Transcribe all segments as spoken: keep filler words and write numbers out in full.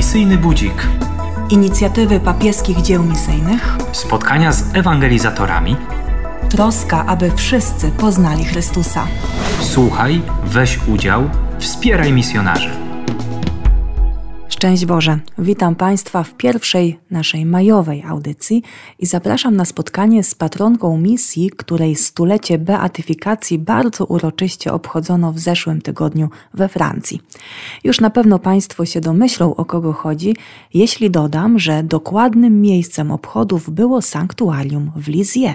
Misyjny Budzik. Inicjatywy papieskich dzieł misyjnych. Spotkania z ewangelizatorami. Troska, aby wszyscy poznali Chrystusa. Słuchaj, weź udział, wspieraj misjonarzy. Szczęść Boże! Witam Państwa w pierwszej naszej majowej audycji i zapraszam na spotkanie z patronką misji, której stulecie beatyfikacji bardzo uroczyście obchodzono w zeszłym tygodniu we Francji. Już na pewno Państwo się domyślą, o kogo chodzi, jeśli dodam, że dokładnym miejscem obchodów było sanktuarium w Lisieux.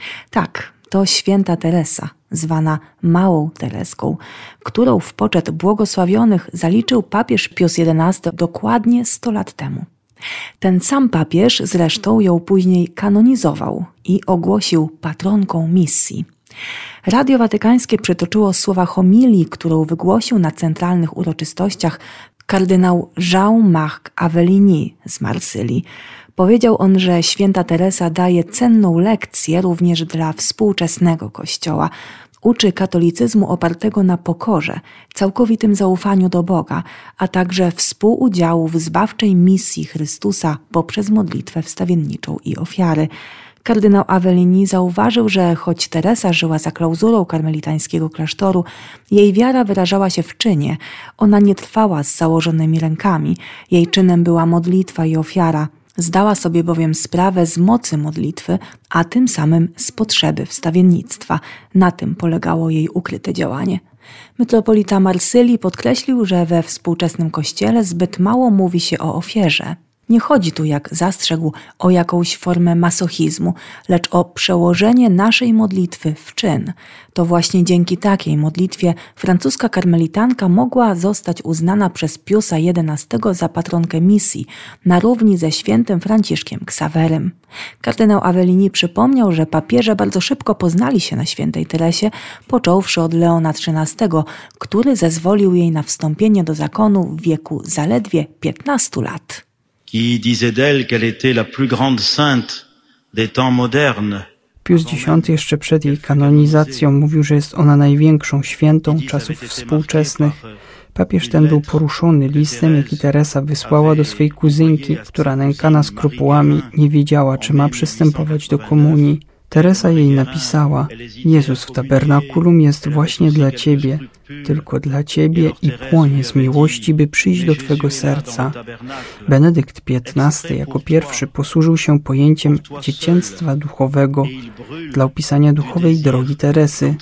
Tak, to święta Teresa, zwana Małą Tereską, którą w poczet błogosławionych zaliczył papież Pius jedenasty dokładnie sto lat temu. Ten sam papież zresztą ją później kanonizował i ogłosił patronką misji. Radio Watykańskie przytoczyło słowa homilii, którą wygłosił na centralnych uroczystościach kardynał Jean-Marc Avellini z Marsylii. Powiedział on, że święta Teresa daje cenną lekcję również dla współczesnego Kościoła. Uczy katolicyzmu opartego na pokorze, całkowitym zaufaniu do Boga, a także współudziału w zbawczej misji Chrystusa poprzez modlitwę wstawienniczą i ofiary. Kardynał Avellini zauważył, że choć Teresa żyła za klauzurą karmelitańskiego klasztoru, jej wiara wyrażała się w czynie. Ona nie trwała z założonymi rękami. Jej czynem była modlitwa i ofiara. Zdała sobie bowiem sprawę z mocy modlitwy, a tym samym z potrzeby wstawiennictwa. Na tym polegało jej ukryte działanie. Metropolita Marsylii podkreślił, że we współczesnym kościele zbyt mało mówi się o ofierze. Nie chodzi tu, jak zastrzegł, o jakąś formę masochizmu, lecz o przełożenie naszej modlitwy w czyn. To właśnie dzięki takiej modlitwie francuska karmelitanka mogła zostać uznana przez Piusa jedenastego za patronkę misji, na równi ze świętym Franciszkiem Ksawerym. Kardynał Avellini przypomniał, że papieże bardzo szybko poznali się na świętej Teresie, począwszy od Leona trzynastego, który zezwolił jej na wstąpienie do zakonu w wieku zaledwie piętnastu lat. Qui disait d'elle qu'elle était la plus grande sainte des temps modernes. Pius dziesiąty jeszcze przed jej kanonizacją mówił, że jest ona największą świętą czasów współczesnych. Papież ten był poruszony listem, jaki Teresa wysłała do swej kuzynki, która nękana skrupułami nie wiedziała, czy ma przystępować do komunii. Teresa jej napisała: Jezus w tabernakulum jest właśnie dla Ciebie, tylko dla Ciebie i płonie z miłości, by przyjść do Twego serca. Benedykt piętnasty jako pierwszy posłużył się pojęciem dziecięctwa duchowego dla opisania duchowej drogi Teresy.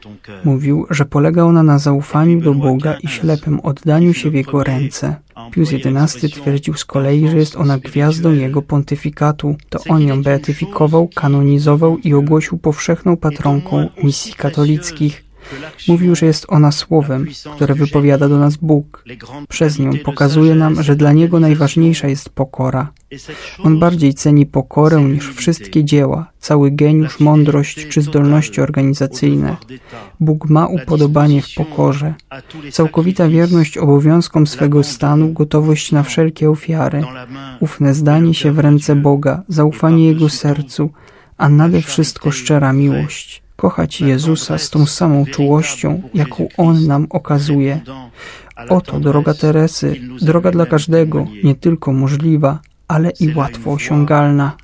Mówił, że polega ona na zaufaniu do Boga i ślepym oddaniu się w Jego ręce. Pius jedenasty twierdził z kolei, że jest ona gwiazdą jego pontyfikatu. To on ją beatyfikował, kanonizował i ogłosił powszechną patronką misji katolickich. Mówił, że jest ona słowem, które wypowiada do nas Bóg. Przez nią pokazuje nam, że dla Niego najważniejsza jest pokora. On bardziej ceni pokorę niż wszystkie dzieła, cały geniusz, mądrość czy zdolności organizacyjne. Bóg ma upodobanie w pokorze. Całkowita wierność obowiązkom swego stanu, gotowość na wszelkie ofiary, ufne zdanie się w ręce Boga, zaufanie Jego sercu, a nade wszystko szczera miłość. Kochać Jezusa z tą samą czułością, jaką On nam okazuje. Oto droga Teresy, droga dla każdego, nie tylko możliwa, ale i łatwo osiągalna.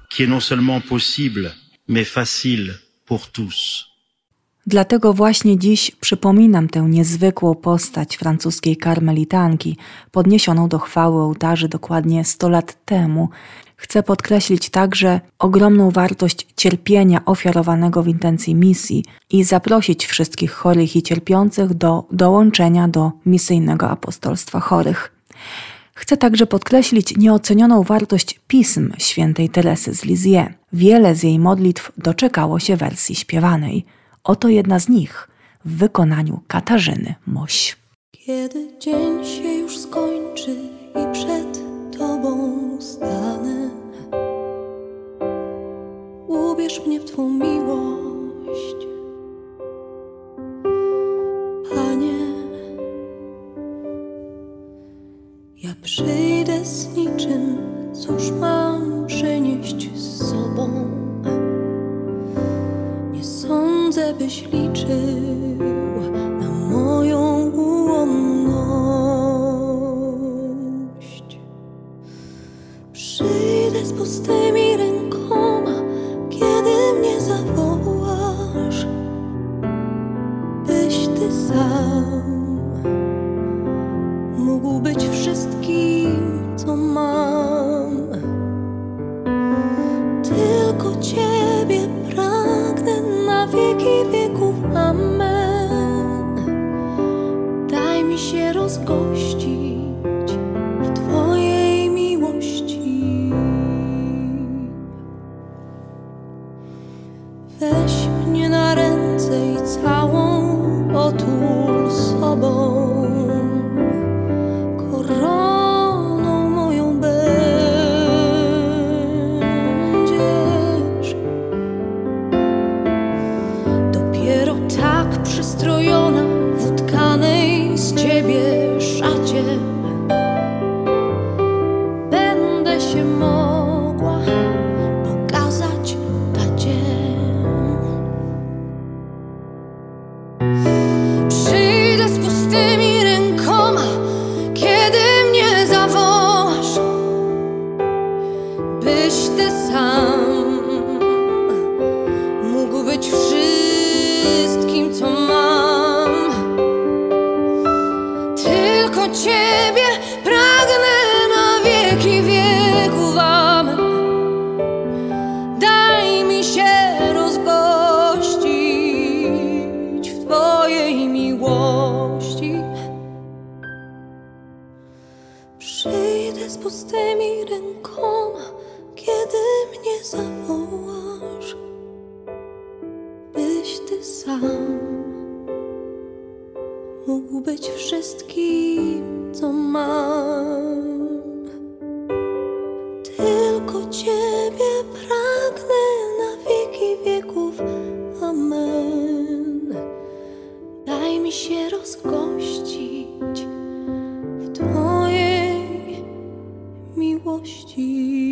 Dlatego właśnie dziś przypominam tę niezwykłą postać francuskiej karmelitanki, podniesioną do chwały ołtarzy dokładnie sto lat temu. Chcę podkreślić także ogromną wartość cierpienia ofiarowanego w intencji misji i zaprosić wszystkich chorych i cierpiących do dołączenia do misyjnego apostolstwa chorych. Chcę także podkreślić nieocenioną wartość pism świętej Teresy z Lisieux. Wiele z jej modlitw doczekało się wersji śpiewanej. Oto jedna z nich w wykonaniu Katarzyny Moś. Kiedy dzień się już skończy i przed Tobą stanę, ubierz mnie w Twą miłość, Panie. Ja przyjdę z niczym, cóż mam przynieść z sobą. Nie sądzę, byś liczył na moją ułomność. wieki wieków. Amen. Daj mi się rozgościć w Twojej miłości. Weź mnie na ręce i całą otul sobą. Koroną moją będziesz. Dopiero tak przystrojona w utkanej z Ciebie szacie będę się mogła pokazać tacie. Przyjdę z pustymi rękoma, kiedy mnie zawołasz, byś Ty sam mógł być wszystkim, co mam. Tylko Ciebie pragnę na wieki wieków. Amen. Daj mi się rozgościć w Twojej miłości. Przyjdę z pustymi rękoma, kiedy mnie zawołasz, byś Ty sam mógł być wszystkim, co mam. Tylko Ciebie pragnę na wieki wieków. Amen. Daj mi się rozgościć w Twojej miłości.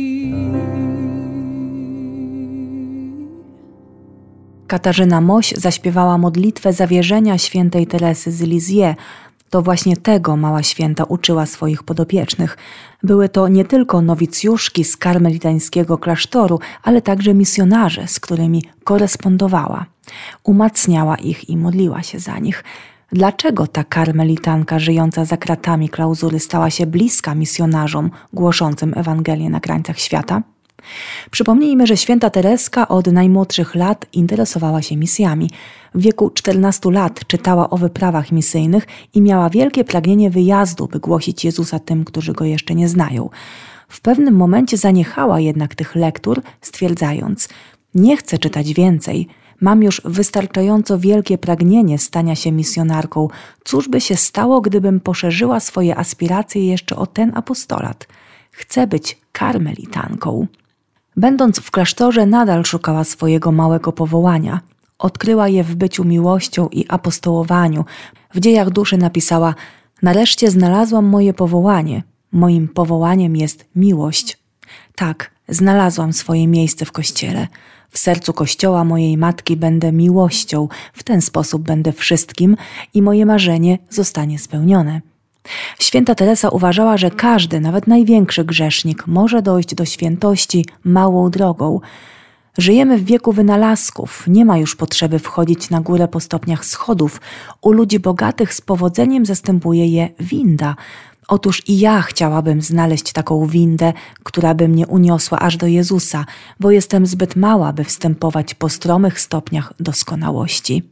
Katarzyna Moś zaśpiewała modlitwę zawierzenia świętej Teresy z Lisieux. To właśnie tego mała święta uczyła swoich podopiecznych. Były to nie tylko nowicjuszki z karmelitańskiego klasztoru, ale także misjonarze, z którymi korespondowała. Umacniała ich i modliła się za nich. Dlaczego ta karmelitanka żyjąca za kratami klauzury stała się bliska misjonarzom głoszącym Ewangelię na krańcach świata? Przypomnijmy, że święta Tereska od najmłodszych lat interesowała się misjami. W wieku czternastu lat czytała o wyprawach misyjnych i miała wielkie pragnienie wyjazdu, by głosić Jezusa tym, którzy Go jeszcze nie znają. W pewnym momencie zaniechała jednak tych lektur, stwierdzając: nie chcę czytać więcej, mam już wystarczająco wielkie pragnienie stania się misjonarką. Cóż by się stało, gdybym poszerzyła swoje aspiracje jeszcze o ten apostolat? Chcę być karmelitanką. Będąc w klasztorze, nadal szukała swojego małego powołania. Odkryła je w byciu miłością i apostołowaniu. W dziejach duszy napisała: nareszcie znalazłam moje powołanie. Moim powołaniem jest miłość. Tak, znalazłam swoje miejsce w Kościele. W sercu Kościoła mojej matki będę miłością. W ten sposób będę wszystkim i moje marzenie zostanie spełnione. Święta Teresa uważała, że każdy, nawet największy grzesznik może dojść do świętości małą drogą. Żyjemy w wieku wynalazków, nie ma już potrzeby wchodzić na górę po stopniach schodów. U ludzi bogatych z powodzeniem zastępuje je winda. Otóż i ja chciałabym znaleźć taką windę, która by mnie uniosła aż do Jezusa, bo jestem zbyt mała, by wstępować po stromych stopniach doskonałości.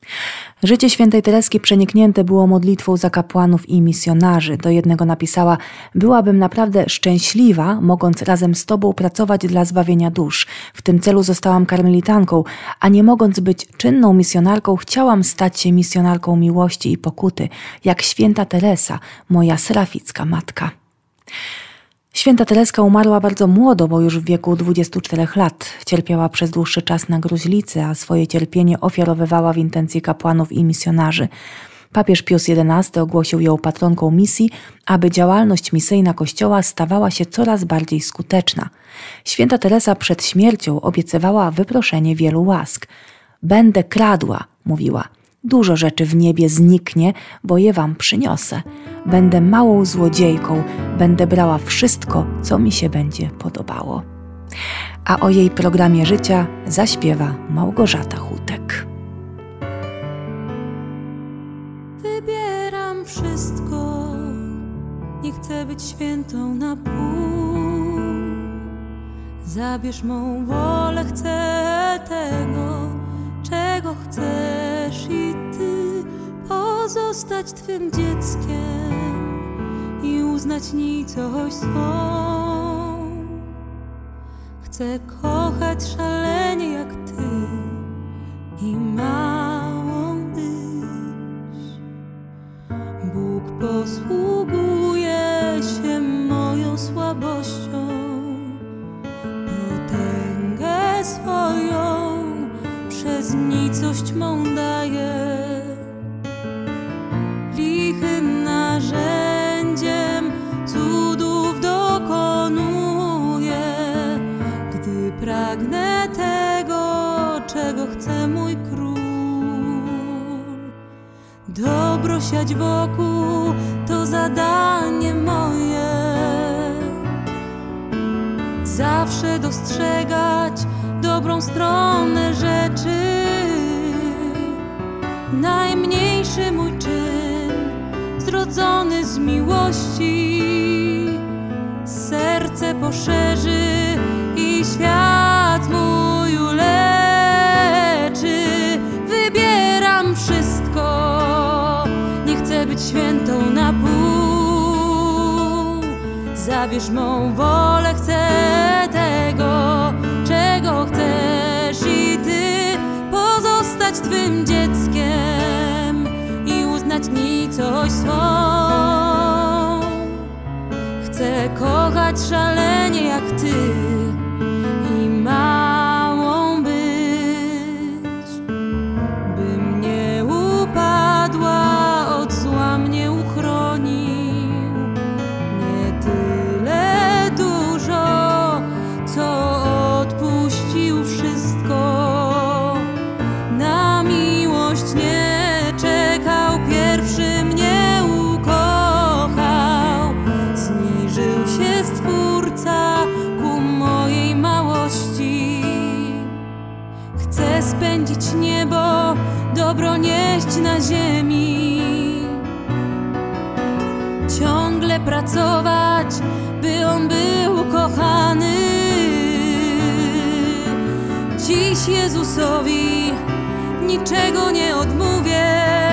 Życie świętej Tereski przeniknięte było modlitwą za kapłanów i misjonarzy. Do jednego napisała: byłabym naprawdę szczęśliwa, mogąc razem z Tobą pracować dla zbawienia dusz. W tym celu zostałam karmelitanką, a nie mogąc być czynną misjonarką, chciałam stać się misjonarką miłości i pokuty, jak święta Teresa, moja seraficka matka. Święta Tereska umarła bardzo młodo, bo już w wieku dwudziestu czterech lat. Cierpiała przez dłuższy czas na gruźlicy, a swoje cierpienie ofiarowywała w intencji kapłanów i misjonarzy. Papież Pius jedenasty ogłosił ją patronką misji, aby działalność misyjna Kościoła stawała się coraz bardziej skuteczna. Święta Teresa przed śmiercią obiecywała wyproszenie wielu łask. Będę kradła, mówiła. Dużo rzeczy w niebie zniknie, bo je wam przyniosę. Będę małą złodziejką, będę brała wszystko, co mi się będzie podobało. A o jej programie życia zaśpiewa Małgorzata Hutek. Wybieram wszystko, nie chcę być świętą na pół. Zabierz mą wolę, chcę tego, chcesz i Ty pozostać Twym dzieckiem i uznać nicość swą. Chcę kochać szalenie jak Ty i małą być. Bóg posługuje się moją słabością, potęgę swoją przez nicość mą daje. Lichym narzędziem cudów dokonuje, gdy pragnę tego, czego chce mój król. Dobro siać wokół to zadanie moje, zawsze dostrzegać dobrą stronę rzeczy. Najmniejszy mój czyn, zrodzony z miłości, serce poszerzy i świat mój uleczy. Wybieram wszystko, nie chcę być świętą na pół. Zabierz mą wolę, chcę tego, czego chcesz i Ty pozostać Twym dzieckiem i uznać nicość swą. Chcę kochać szalenie jak Ty i małą być, bym nie upadła, od zła mnie uchronił. Nie tyle dużo, co odpuścił wszystko. Na miłość nie czekał, pierwszy mnie ukochał. Zniżył się Stwórca ku mojej małości. Chcę spędzić niebo, dobro nieść na ziemi. Ciągle pracować, by On był kochany. Dziś Jezusowi niczego nie odmówię.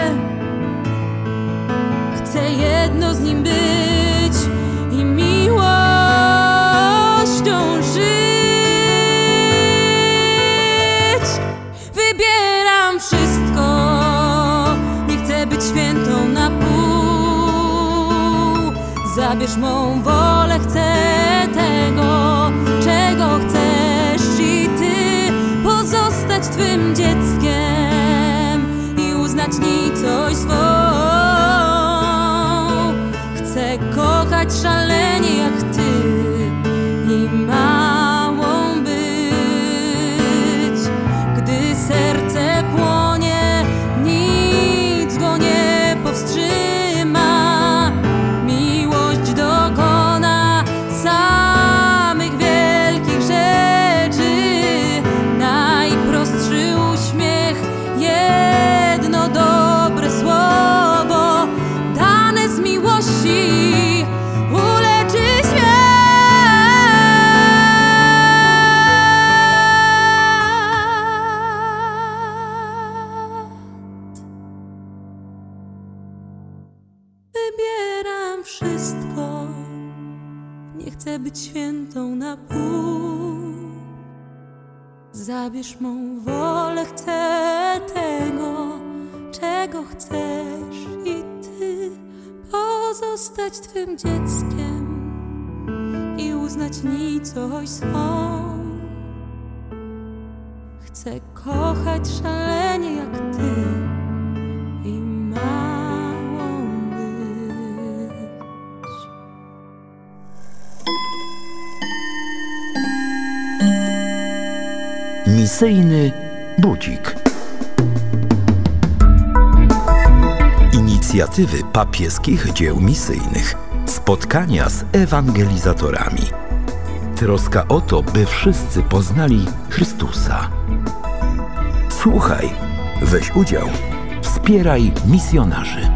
Chcę jedno z Nim być i miłością żyć. Wybieram wszystko, nie chcę być świętą na pół. Zabierz mą wolę, chcę tego, czego chcesz i Ty pozostać Twym dzieckiem i uznać nicość swą. Chcę kochać szalenie jak Ty i małą być. Gdy serce płonie, nic go nie powstrzyma. Miłość dokona samych wielkich rzeczy. Najprostszy uśmiech, jedno dobre słowo dane z miłości uleczy świat. Wybieram wszystko, nie chcę być świętą na pół. Zabierz mą wolę, chcę tego, czego chcesz i Ty pozostać Twym dzieckiem i uznać nicość swą. Chcę kochać szalenie jak Ty i małą być. Misyjny budzik. Inicjatywy papieskich dzieł misyjnych. Spotkania z ewangelizatorami. Troska o to, by wszyscy poznali Chrystusa. Słuchaj, weź udział, wspieraj misjonarzy.